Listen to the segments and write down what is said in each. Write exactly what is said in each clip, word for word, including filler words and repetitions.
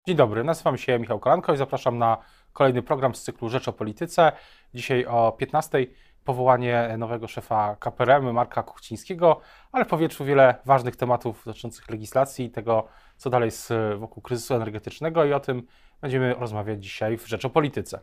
Dzień dobry, nazywam się Michał Kolanko i zapraszam na kolejny program z cyklu Rzecz o Polityce. Dzisiaj o piętnastej powołanie nowego szefa K P R M, Marka Kuchcińskiego, ale w powietrzu wiele ważnych tematów dotyczących legislacji i tego, co dalej z, wokół kryzysu energetycznego, i o tym będziemy rozmawiać dzisiaj w Rzecz o Polityce.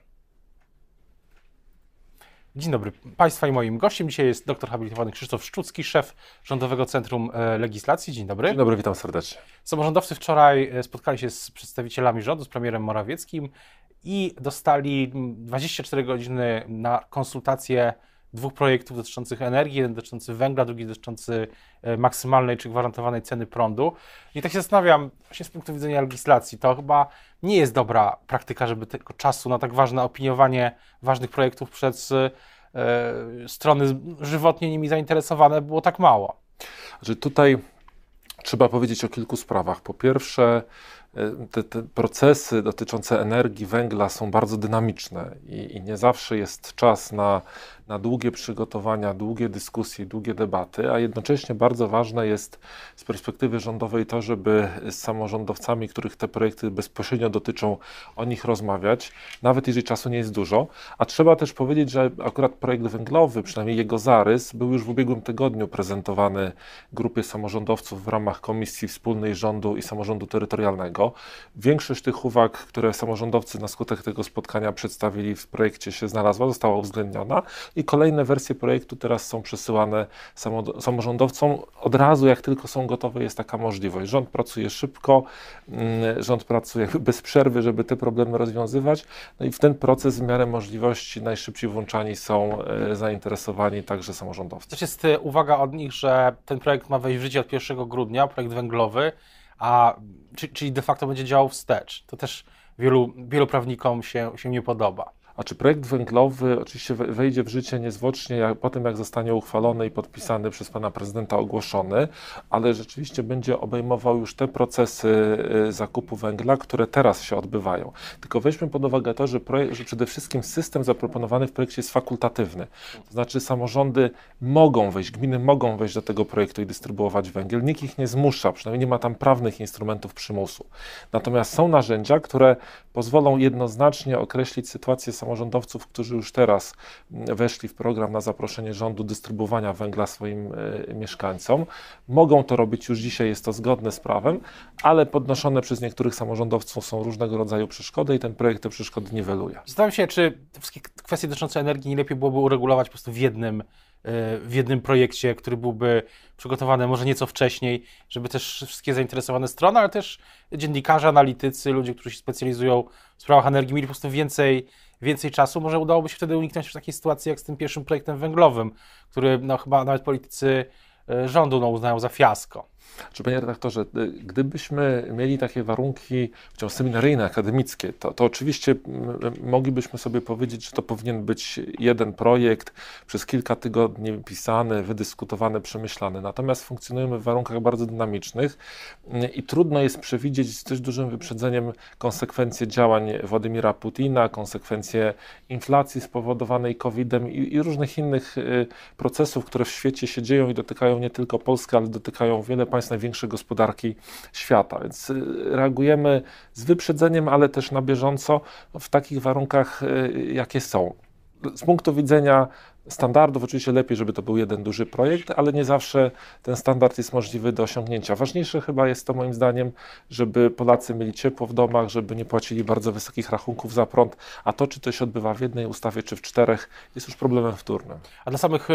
Dzień dobry Państwa i moim gościem dzisiaj jest doktor habilitowany Krzysztof Szczucki, szef Rządowego Centrum Legislacji. Dzień dobry. Dzień dobry, witam serdecznie. Samorządowcy wczoraj spotkali się z przedstawicielami rządu, z premierem Morawieckim i dostali dwadzieścia cztery godziny na konsultacje dwóch projektów dotyczących energii, jeden dotyczący węgla, drugi dotyczący maksymalnej czy gwarantowanej ceny prądu. I tak się zastanawiam, właśnie z punktu widzenia legislacji, to chyba nie jest dobra praktyka, żeby tego czasu na tak ważne opiniowanie ważnych projektów przez e, strony żywotnie nimi zainteresowane było tak mało. Znaczy tutaj trzeba powiedzieć o kilku sprawach. Po pierwsze, te, te procesy dotyczące energii, węgla są bardzo dynamiczne i, i nie zawsze jest czas na, na długie przygotowania, długie dyskusje, długie debaty, a jednocześnie bardzo ważne jest z perspektywy rządowej to, żeby z samorządowcami, których te projekty bezpośrednio dotyczą, o nich rozmawiać, nawet jeżeli czasu nie jest dużo. A trzeba też powiedzieć, że akurat projekt węglowy, przynajmniej jego zarys, był już w ubiegłym tygodniu prezentowany grupie samorządowców w ramach Komisji Wspólnej Rządu i Samorządu Terytorialnego. Większość tych uwag, które samorządowcy na skutek tego spotkania przedstawili w projekcie, się znalazła, została uwzględniona i kolejne wersje projektu teraz są przesyłane samorządowcom. Od razu, jak tylko są gotowe, jest taka możliwość. Rząd pracuje szybko, rząd pracuje bez przerwy, żeby te problemy rozwiązywać, no i w ten proces w miarę możliwości najszybciej włączani są zainteresowani także samorządowcy. Też jest uwaga od nich, że ten projekt ma wejść w życie od pierwszego grudnia, projekt węglowy, a czyli de facto będzie działał wstecz. To też wielu, wielu prawnikom się, się nie podoba. A czy projekt węglowy oczywiście wejdzie w życie niezwłocznie jak, po tym, jak zostanie uchwalony i podpisany przez pana prezydenta, ogłoszony, ale rzeczywiście będzie obejmował już te procesy zakupu węgla, które teraz się odbywają. Tylko weźmy pod uwagę to, że, projekt, że przede wszystkim system zaproponowany w projekcie jest fakultatywny. To znaczy samorządy mogą wejść, gminy mogą wejść do tego projektu i dystrybuować węgiel. Nikt ich nie zmusza, przynajmniej nie ma tam prawnych instrumentów przymusu. Natomiast są narzędzia, które pozwolą jednoznacznie określić sytuację samorządowców, samorządowców, którzy już teraz weszli w program na zaproszenie rządu dystrybuowania węgla swoim y, mieszkańcom. Mogą to robić już dzisiaj, jest to zgodne z prawem, ale podnoszone przez niektórych samorządowców są różnego rodzaju przeszkody i ten projekt te przeszkody niweluje. Zastanawiam się, czy te wszystkie kwestie dotyczące energii nie lepiej byłoby uregulować po prostu w jednym, w jednym projekcie, który byłby przygotowany może nieco wcześniej, żeby też wszystkie zainteresowane strony, ale też dziennikarze, analitycy, ludzie, którzy się specjalizują w sprawach energii, mieli po prostu więcej więcej czasu, może udałoby się wtedy uniknąć takiej sytuacji jak z tym pierwszym projektem węglowym, który no, chyba nawet politycy rządu no, uznają za fiasko. Czy panie redaktorze, gdybyśmy mieli takie warunki wciąż seminaryjne, akademickie, to, to oczywiście moglibyśmy sobie powiedzieć, że to powinien być jeden projekt, przez kilka tygodni pisany, wydyskutowany, przemyślany. Natomiast funkcjonujemy w warunkach bardzo dynamicznych i trudno jest przewidzieć z dość dużym wyprzedzeniem konsekwencje działań Władimira Putina, konsekwencje inflacji spowodowanej kowidem i, i różnych innych procesów, które w świecie się dzieją i dotykają nie tylko Polski, ale dotykają wiele państw największej gospodarki świata, więc reagujemy z wyprzedzeniem, ale też na bieżąco w takich warunkach, jakie są. Z punktu widzenia standardów oczywiście lepiej, żeby to był jeden duży projekt, ale nie zawsze ten standard jest możliwy do osiągnięcia. Ważniejsze chyba jest to moim zdaniem, żeby Polacy mieli ciepło w domach, żeby nie płacili bardzo wysokich rachunków za prąd, a to, czy to się odbywa w jednej ustawie, czy w czterech, jest już problemem wtórnym. A dla samych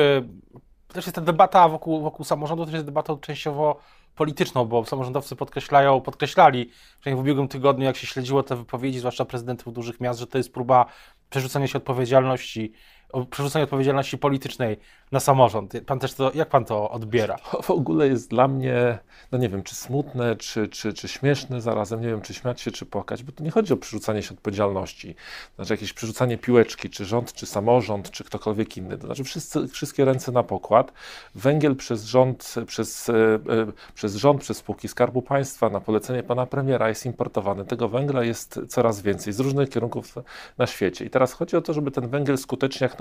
też jest ta debata wokół, wokół samorządu, też jest debatą częściowo polityczną, bo samorządowcy podkreślają, podkreślali, że w ubiegłym tygodniu, jak się śledziło te wypowiedzi, zwłaszcza prezydentów dużych miast, że to jest próba przerzucania się odpowiedzialności, przerzucania odpowiedzialności politycznej na samorząd. Pan też to, jak pan to odbiera? To w ogóle jest dla mnie, no nie wiem, czy smutne, czy, czy, czy śmieszne zarazem, nie wiem, czy śmiać się, czy płakać, bo to nie chodzi o przerzucanie się odpowiedzialności, znaczy jakieś przerzucanie piłeczki, czy rząd, czy samorząd, czy ktokolwiek inny, to znaczy wszyscy, wszystkie ręce na pokład. Węgiel przez rząd, przez, e, e, przez rząd, przez spółki Skarbu Państwa, na polecenie pana premiera jest importowany. Tego węgla jest coraz więcej z różnych kierunków na świecie. I teraz chodzi o to, żeby ten węgiel skutecznie jak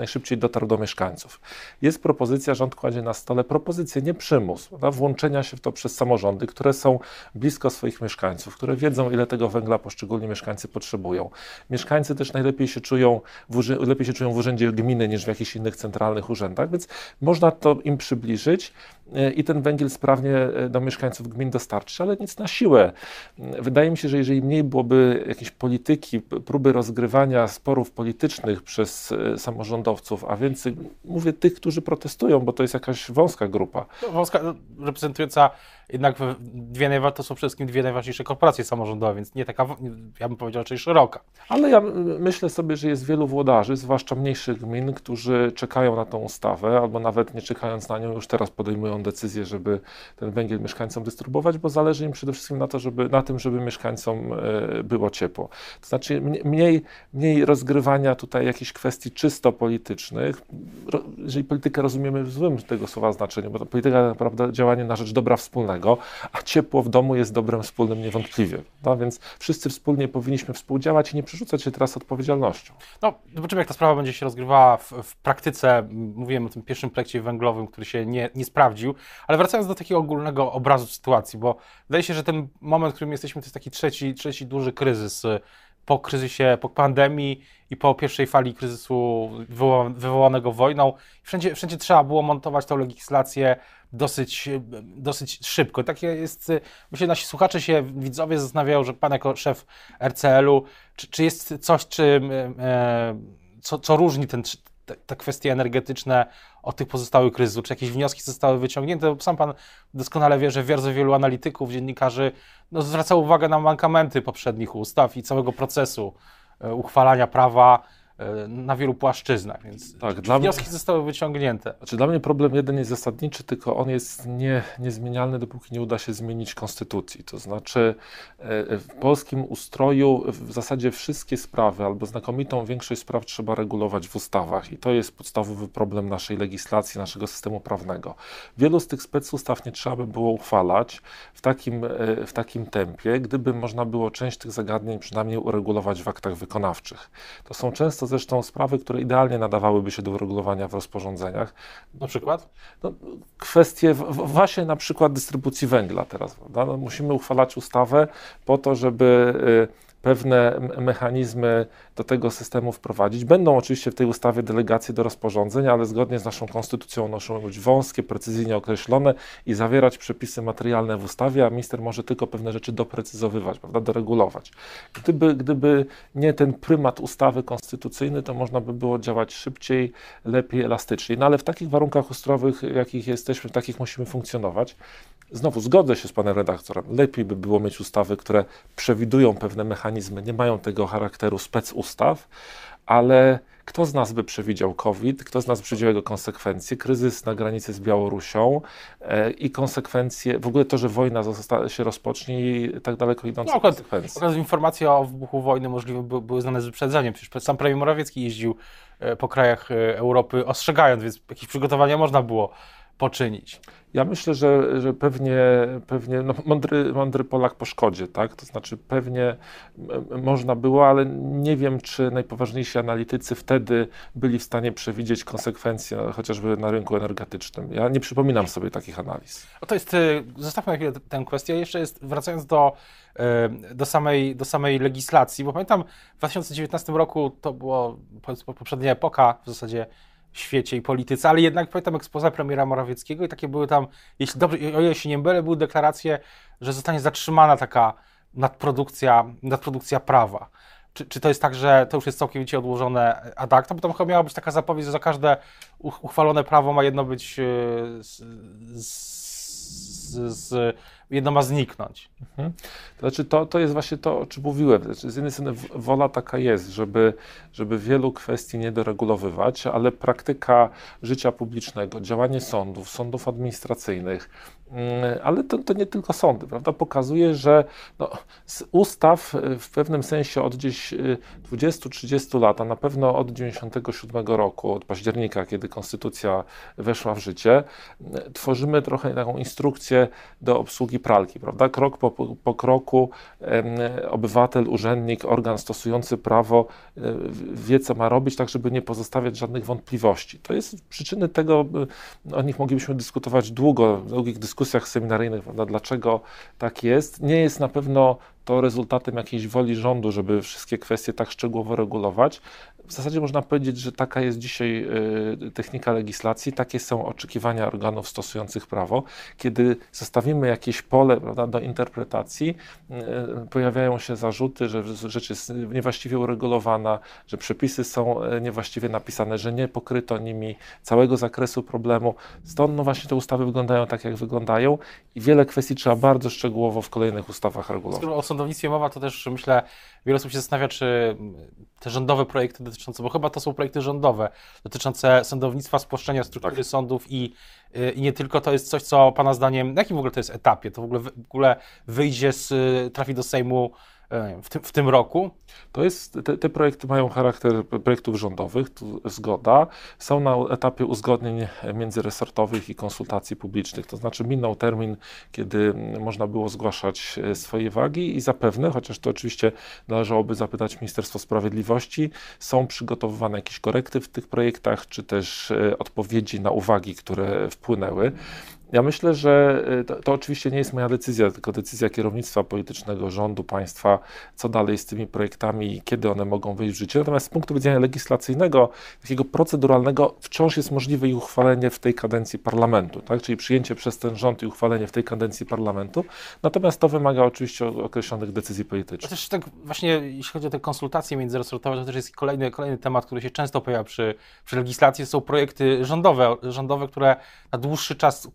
najszybciej dotarł do mieszkańców. Jest propozycja, rząd kładzie na stole propozycję, nie przymus, prawda, włączenia się w to przez samorządy, które są blisko swoich mieszkańców, które wiedzą, ile tego węgla poszczególni mieszkańcy potrzebują. Mieszkańcy też najlepiej się czują w, lepiej się czują w urzędzie gminy niż w jakichś innych centralnych urzędach, więc można to im przybliżyć i ten węgiel sprawnie do mieszkańców gmin dostarczyć, ale nic na siłę. Wydaje mi się, że jeżeli mniej byłoby jakiejś polityki, próby rozgrywania sporów politycznych przez samorządowców, a więcej, mówię, tych, którzy protestują, bo to jest jakaś wąska grupa. No, wąska, reprezentująca jednak dwie najwa- to są przede wszystkim dwie najważniejsze korporacje samorządowe, więc nie taka, ja bym powiedział, raczej szeroka. Ale ja myślę sobie, że jest wielu włodarzy, zwłaszcza mniejszych gmin, którzy czekają na tą ustawę, albo nawet nie czekając na nią, już teraz podejmują decyzję, żeby ten węgiel mieszkańcom dystrybuować, bo zależy im przede wszystkim na, to, żeby, na tym, żeby mieszkańcom było ciepło. To znaczy mniej, mniej rozgrywania tutaj jakichś kwestii czysto politycznych, jeżeli politykę rozumiemy w złym tego słowa znaczeniu, bo to polityka naprawdę działanie na rzecz dobra wspólnego, a ciepło w domu jest dobrem wspólnym niewątpliwie. No, więc wszyscy wspólnie powinniśmy współdziałać i nie przerzucać się teraz odpowiedzialnością. No, zobaczymy, jak ta sprawa będzie się rozgrywała w, w praktyce. Mówiłem o tym pierwszym projekcie węglowym, który się nie, nie sprawdził, ale wracając do takiego ogólnego obrazu sytuacji, bo wydaje się, że ten moment, w którym jesteśmy, to jest taki trzeci, trzeci duży kryzys po kryzysie, po pandemii i po pierwszej fali kryzysu wywoła, wywołanego wojną. Wszędzie, wszędzie trzeba było montować tę legislację dosyć, dosyć szybko. Takie jest, myślę, nasi słuchacze się, widzowie zastanawiają, że pan jako szef R C L-u, czy, czy jest coś, czy, e, co, co różni ten, te, te kwestie energetyczne od tych pozostałych kryzysów? Czy jakieś wnioski zostały wyciągnięte? Sam pan doskonale wie, że bardzo wielu analityków, dziennikarzy no, zwraca uwagę na mankamenty poprzednich ustaw i całego procesu e, uchwalania prawa e, na wielu płaszczyznach, więc tak, dla wnioski mnie, zostały wyciągnięte. Znaczy dla mnie problem jeden jest zasadniczy, tylko on jest nie, niezmienialny, dopóki nie uda się zmienić konstytucji. To znaczy e, w polskim ustroju w zasadzie wszystkie sprawy, albo znakomitą większość spraw trzeba regulować w ustawach i to jest podstawowy problem naszej legislacji, naszego systemu prawnego. Wielu z tych specustaw nie trzeba by było uchwalać w takim, e, w takim tempie, gdyby można było część tych zagadnień przynajmniej uregulować w aktach wykonawczych. To są często zresztą sprawy, które idealnie nadawałyby się do uregulowania w rozporządzeniach. Na przykład? No, kwestie w, w, właśnie na przykład dystrybucji węgla teraz. No, musimy uchwalać ustawę po to, żeby y, pewne mechanizmy do tego systemu wprowadzić. Będą oczywiście w tej ustawie delegacje do rozporządzeń, ale zgodnie z naszą konstytucją muszą być wąskie, precyzyjnie określone i zawierać przepisy materialne w ustawie, a minister może tylko pewne rzeczy doprecyzowywać, prawda, doregulować. Gdyby, gdyby nie ten prymat ustawy konstytucyjny, to można by było działać szybciej, lepiej, elastyczniej. No ale w takich warunkach ustrojowych, jakich jesteśmy, w takich musimy funkcjonować. Znowu zgodzę się z panem redaktorem. Lepiej by było mieć ustawy, które przewidują pewne mechanizmy, nie mają tego charakteru specustaw, ale kto z nas by przewidział COVID, kto z nas przewidział jego konsekwencje, kryzys na granicy z Białorusią e, i konsekwencje, w ogóle to, że wojna zosta- się rozpocznie i tak daleko idące no, konsekwencje. Akurat informacje o wybuchu wojny możliwe były, były znane z wyprzedzeniem. Przecież sam premier Morawiecki jeździł po krajach Europy ostrzegając, więc jakieś przygotowania można było poczynić. Ja myślę, że, że pewnie, pewnie no mądry, mądry Polak po szkodzie, tak? To znaczy pewnie można było, ale nie wiem, czy najpoważniejsi analitycy wtedy byli w stanie przewidzieć konsekwencje, chociażby na rynku energetycznym. Ja nie przypominam sobie takich analiz. No to jest, zostawmy na chwilę tę kwestię. Jeszcze jest, wracając do, do, samej, do samej legislacji, bo pamiętam w dwa tysiące dziewiętnastym roku to było poprzednia epoka w zasadzie w świecie i polityce, ale jednak pamiętam ekspoze premiera Morawieckiego i takie były tam, jeśli dobrze, o ile się nie mylę, były deklaracje, że zostanie zatrzymana taka nadprodukcja, nadprodukcja prawa. Czy, czy to jest tak, że to już jest całkowicie odłożone ad acta? Bo tam chyba miała być taka zapowiedź, że za każde uchwalone prawo ma jedno być, z, z, z, jedno ma zniknąć. Mhm. To znaczy to, to jest właśnie to, o czym mówiłem. Znaczy, z jednej strony wola taka jest, żeby, żeby wielu kwestii nie doregulowywać, ale praktyka życia publicznego, działanie sądów, sądów administracyjnych, ale to, to nie tylko sądy, prawda? Pokazuje, że no, z ustaw w pewnym sensie od gdzieś dwudziestu trzydziestu lat, a na pewno od dziewięćdziesiątego siódmego roku, od października, kiedy konstytucja weszła w życie, tworzymy trochę taką instrukcję do obsługi pralki, prawda? Krok po, po kroku obywatel, urzędnik, organ stosujący prawo wie, co ma robić, tak żeby nie pozostawiać żadnych wątpliwości. To jest przyczyny tego, o nich moglibyśmy dyskutować długo, w długich dyskusjach seminaryjnych, prawda? Dlaczego tak jest. Nie jest na pewno to rezultatem jakiejś woli rządu, żeby wszystkie kwestie tak szczegółowo regulować. W zasadzie można powiedzieć, że taka jest dzisiaj technika legislacji, takie są oczekiwania organów stosujących prawo. Kiedy zostawimy jakieś pole, prawda, do interpretacji, pojawiają się zarzuty, że rzecz jest niewłaściwie uregulowana, że przepisy są niewłaściwie napisane, że nie pokryto nimi całego zakresu problemu. Stąd no właśnie te ustawy wyglądają tak, jak wyglądają i wiele kwestii trzeba bardzo szczegółowo w kolejnych ustawach regulować. Skoro o sądownictwie mowa, to też myślę, wiele osób się zastanawia, czy te rządowe projekty dotyczące, bo chyba to są projekty rządowe, dotyczące sądownictwa, spłaszczenia struktury tak. sądów i, i nie tylko, to jest coś, co Pana zdaniem, na jakim w ogóle to jest etapie? To w ogóle, w ogóle wyjdzie, z, trafi do Sejmu w tym, w tym roku? To jest, te, te projekty mają charakter projektów rządowych, tu zgoda. Są na etapie uzgodnień międzyresortowych i konsultacji publicznych, to znaczy minął termin, kiedy można było zgłaszać swoje wagi i zapewne, chociaż to oczywiście należałoby zapytać Ministerstwo Sprawiedliwości, są przygotowywane jakieś korekty w tych projektach, czy też odpowiedzi na uwagi, które wpłynęły. Ja myślę, że to, to oczywiście nie jest moja decyzja, tylko decyzja kierownictwa politycznego, rządu, państwa, co dalej z tymi projektami i kiedy one mogą wyjść w życie. Natomiast z punktu widzenia legislacyjnego, takiego proceduralnego, wciąż jest możliwe ich uchwalenie w tej kadencji parlamentu, tak? Czyli przyjęcie przez ten rząd i uchwalenie w tej kadencji parlamentu. Natomiast to wymaga oczywiście określonych decyzji politycznych. To też tak właśnie, jeśli chodzi o te konsultacje międzyresortowe, to też jest kolejny, kolejny temat, który się często pojawia przy, przy legislacji. To są projekty rządowe, rządowe, które na dłuższy czas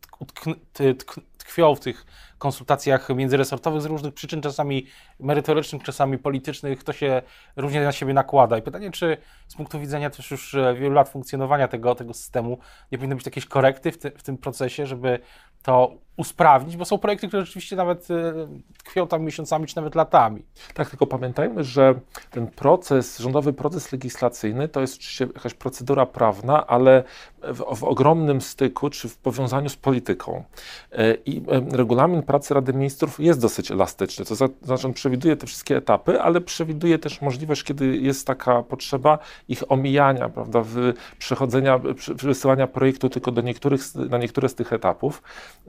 tkwią w tych konsultacjach międzyresortowych z różnych przyczyn, czasami merytorycznych, czasami politycznych, to się różnie na siebie nakłada. I pytanie, czy z punktu widzenia też już wielu lat funkcjonowania tego, tego systemu nie powinny być jakieś korekty w, ty, w tym procesie, żeby to usprawnić, bo są projekty, które rzeczywiście nawet tkwią tam miesiącami, czy nawet latami. Tak, tylko pamiętajmy, że ten proces, rządowy proces legislacyjny to jest oczywiście jakaś procedura prawna, ale w, w ogromnym styku, czy w powiązaniu z polityką. I regulamin pracy Rady Ministrów jest dosyć elastyczny, to znaczy on przewiduje te wszystkie etapy, ale przewiduje też możliwość, kiedy jest taka potrzeba ich omijania, prawda, w przechodzenia, wysyłania projektu tylko do niektórych, na niektóre z tych etapów.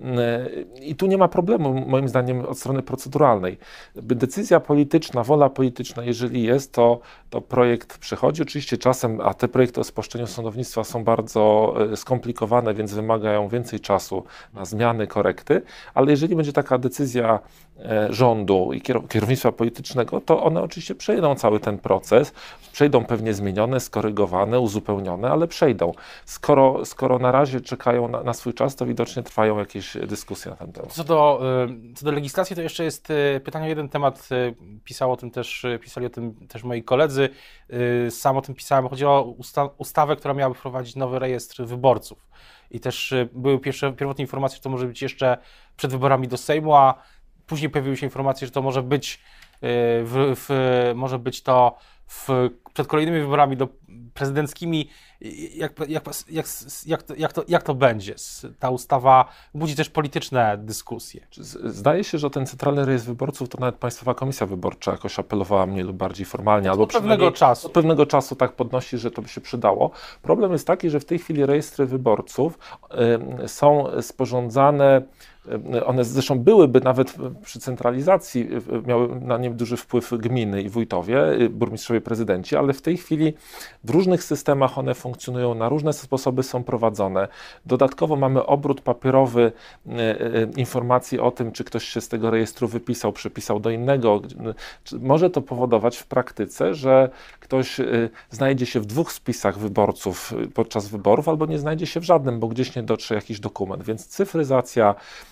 I tu nie ma problemu, moim zdaniem, od strony proceduralnej. Decyzja polityczna, wola polityczna, jeżeli jest, to, to projekt przechodzi. Oczywiście czasem, a te projekty o spłaszczeniu sądownictwa są bardzo skomplikowane, więc wymagają więcej czasu na zmiany, korekty, ale jeżeli będzie taka decyzja rządu i kierownictwa politycznego, to one oczywiście przejdą cały ten proces, przejdą pewnie zmienione, skorygowane, uzupełnione, ale przejdą. Skoro, skoro na razie czekają na, na swój czas, to widocznie trwają jakieś dyskusje na ten temat. Co do, co do legislacji, to jeszcze jest pytanie o jeden temat, pisał o tym też, pisali o tym też moi koledzy, sam o tym pisałem, chodzi o usta ustawę, która miała wprowadzić nowy rejestr wyborców i też były pierwsze, pierwotne informacje, że to może być jeszcze przed wyborami do Sejmu, a później pojawiły się informacje, że to może być, w, w, może być to w, przed kolejnymi wyborami do prezydenckimi. Jak, jak, jak, jak, to, jak, to, jak to będzie? Ta ustawa budzi też polityczne dyskusje. Zdaje się, że ten Centralny Rejestr Wyborców to nawet Państwowa Komisja Wyborcza jakoś apelowała mniej lub bardziej formalnie. Albo od pewnego czasu. Od pewnego czasu tak podnosi, że to by się przydało. Problem jest taki, że w tej chwili rejestry wyborców y, są sporządzane. One zresztą byłyby nawet przy centralizacji, miały na nie duży wpływ gminy i wójtowie, burmistrzowie, prezydenci, ale w tej chwili w różnych systemach one funkcjonują, na różne sposoby są prowadzone. Dodatkowo mamy obrót papierowy informacji o tym, czy ktoś się z tego rejestru wypisał, przepisał do innego. Może to powodować w praktyce, że ktoś znajdzie się w dwóch spisach wyborców podczas wyborów, albo nie znajdzie się w żadnym, bo gdzieś nie dotrze jakiś dokument. Więc cyfryzacja,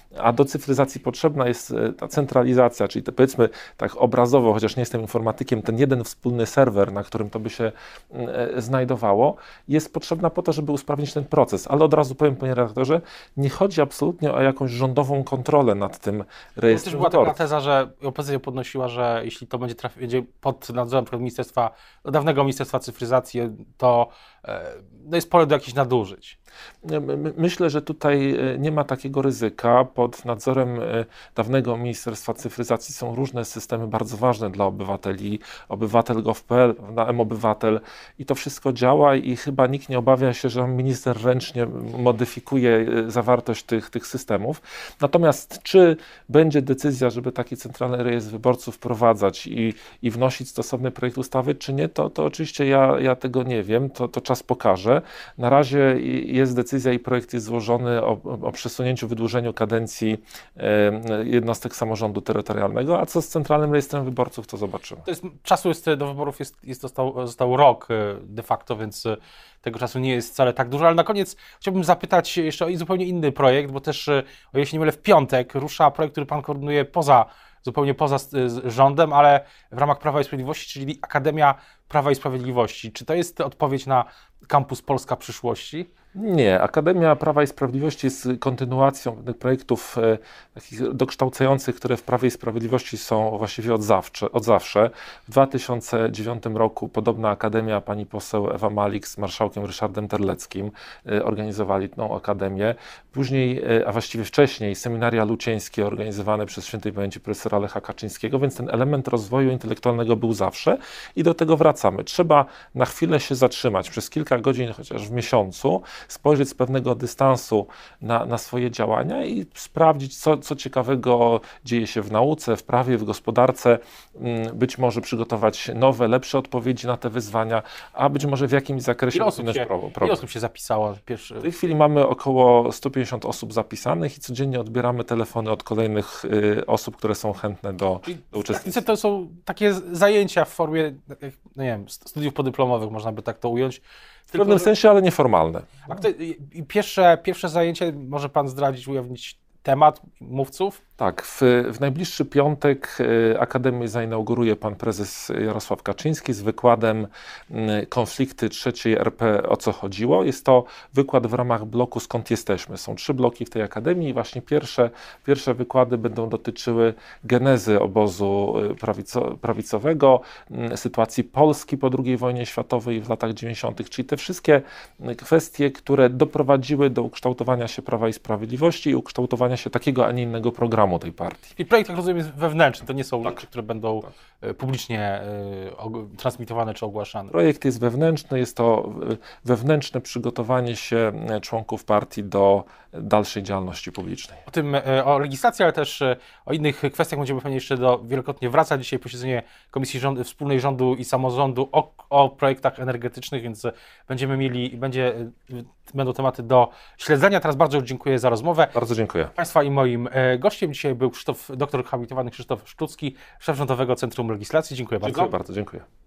A do cyfryzacji potrzebna jest ta centralizacja, czyli te, powiedzmy tak obrazowo, chociaż nie jestem informatykiem, ten jeden wspólny serwer, na którym to by się e, znajdowało, jest potrzebna po to, żeby usprawnić ten proces. Ale od razu powiem, panie redaktorze, nie chodzi absolutnie o jakąś rządową kontrolę nad tym rejestrem. To też była taka teza, że opozycja podnosiła, że jeśli to będzie, trafi, będzie pod nadzorem ministerstwa, dawnego Ministerstwa Cyfryzacji, to e, no jest pole do jakichś nadużyć. Myślę, że tutaj nie ma takiego ryzyka. Pod nadzorem dawnego Ministerstwa Cyfryzacji są różne systemy bardzo ważne dla obywateli, obywatel kropka gov kropka p l, na M-Obywatel i to wszystko działa i chyba nikt nie obawia się, że minister ręcznie modyfikuje zawartość tych, tych systemów. Natomiast czy będzie decyzja, żeby taki centralny rejestr wyborców wprowadzać i, i wnosić stosowny projekt ustawy, czy nie, to, to oczywiście ja, ja tego nie wiem, to, to czas pokaże. Na razie jest decyzja i projekt jest złożony o, o przesunięciu, wydłużeniu kadencji e, jednostek samorządu terytorialnego, a co z Centralnym Rejestrem Wyborców, to zobaczymy. To jest, czasu jest, do wyborów jest, jest został, został rok de facto, więc tego czasu nie jest wcale tak dużo, ale na koniec chciałbym zapytać jeszcze o zupełnie inny projekt, bo też, o ile się nie mylę, w piątek rusza projekt, który pan koordynuje poza, zupełnie poza rządem, ale w ramach Prawa i Sprawiedliwości, czyli Akademia Prawa i Sprawiedliwości. Czy to jest odpowiedź na Kampus Polska Przyszłości? Nie, Akademia Prawa i Sprawiedliwości jest kontynuacją pewnych projektów e, takich dokształcających, które w Prawie i Sprawiedliwości są właściwie od zawsze. Od zawsze. W dwa tysiące dziewiątym roku podobna akademia, pani poseł Ewa Malik z marszałkiem Ryszardem Terleckim e, organizowali tą akademię. Później, e, a właściwie wcześniej, seminaria lucieńskie organizowane przez świętej pamięci profesora Lecha Kaczyńskiego, więc ten element rozwoju intelektualnego był zawsze i do tego wracamy. Trzeba na chwilę się zatrzymać przez kilka godzin, chociaż w miesiącu, spojrzeć z pewnego dystansu na, na swoje działania i sprawdzić, co, co ciekawego dzieje się w nauce, w prawie, w gospodarce, być może przygotować nowe, lepsze odpowiedzi na te wyzwania, a być może w jakimś zakresie rozwinąć problem. Ile osób się zapisało? Pierwszy... W tej chwili mamy około sto pięćdziesiąt osób zapisanych i codziennie odbieramy telefony od kolejnych y, osób, które są chętne do, do uczestnictwa. To są takie zajęcia w formie, no nie wiem, studiów podyplomowych, można by tak to ująć. W Tylko, pewnym sensie, ale nieformalne. A kto, i pierwsze, pierwsze zajęcie, może pan zdradzić, ujawnić temat mówców? Tak, w, w najbliższy piątek y, Akademię zainauguruje pan prezes Jarosław Kaczyński z wykładem y, Konflikty trzeciej R P, o co chodziło. Jest to wykład w ramach bloku Skąd jesteśmy. Są trzy bloki w tej Akademii i właśnie pierwsze, pierwsze wykłady będą dotyczyły genezy obozu prawico, prawicowego, y, sytuacji Polski po drugiej wojnie światowej w latach dziewięćdziesiątych, czyli te wszystkie kwestie, które doprowadziły do ukształtowania się Prawa i Sprawiedliwości i ukształtowania się takiego, a nie innego programu tej partii. I projekt, jak rozumiem, jest wewnętrzny, to nie są tak. rzeczy, które będą tak. publicznie y, transmitowane czy ogłaszane. Projekt jest wewnętrzny, jest to wewnętrzne przygotowanie się członków partii do dalszej działalności publicznej. O tym, o legislacji, ale też o innych kwestiach będziemy pewnie jeszcze do, wielokrotnie wracać. Dzisiaj posiedzenie Komisji Rząd, Wspólnej Rządu i Samorządu o, o projektach energetycznych, więc będziemy mieli, będzie, będą tematy do śledzenia. Teraz bardzo dziękuję za rozmowę. Bardzo dziękuję. Państwa i moim gościem dzisiaj był Krzysztof, doktor habilitowany Krzysztof Sztucki, szef Rządowego Centrum Legislacji. Dziękuję bardzo. Dziękuję bardzo, dziękuję.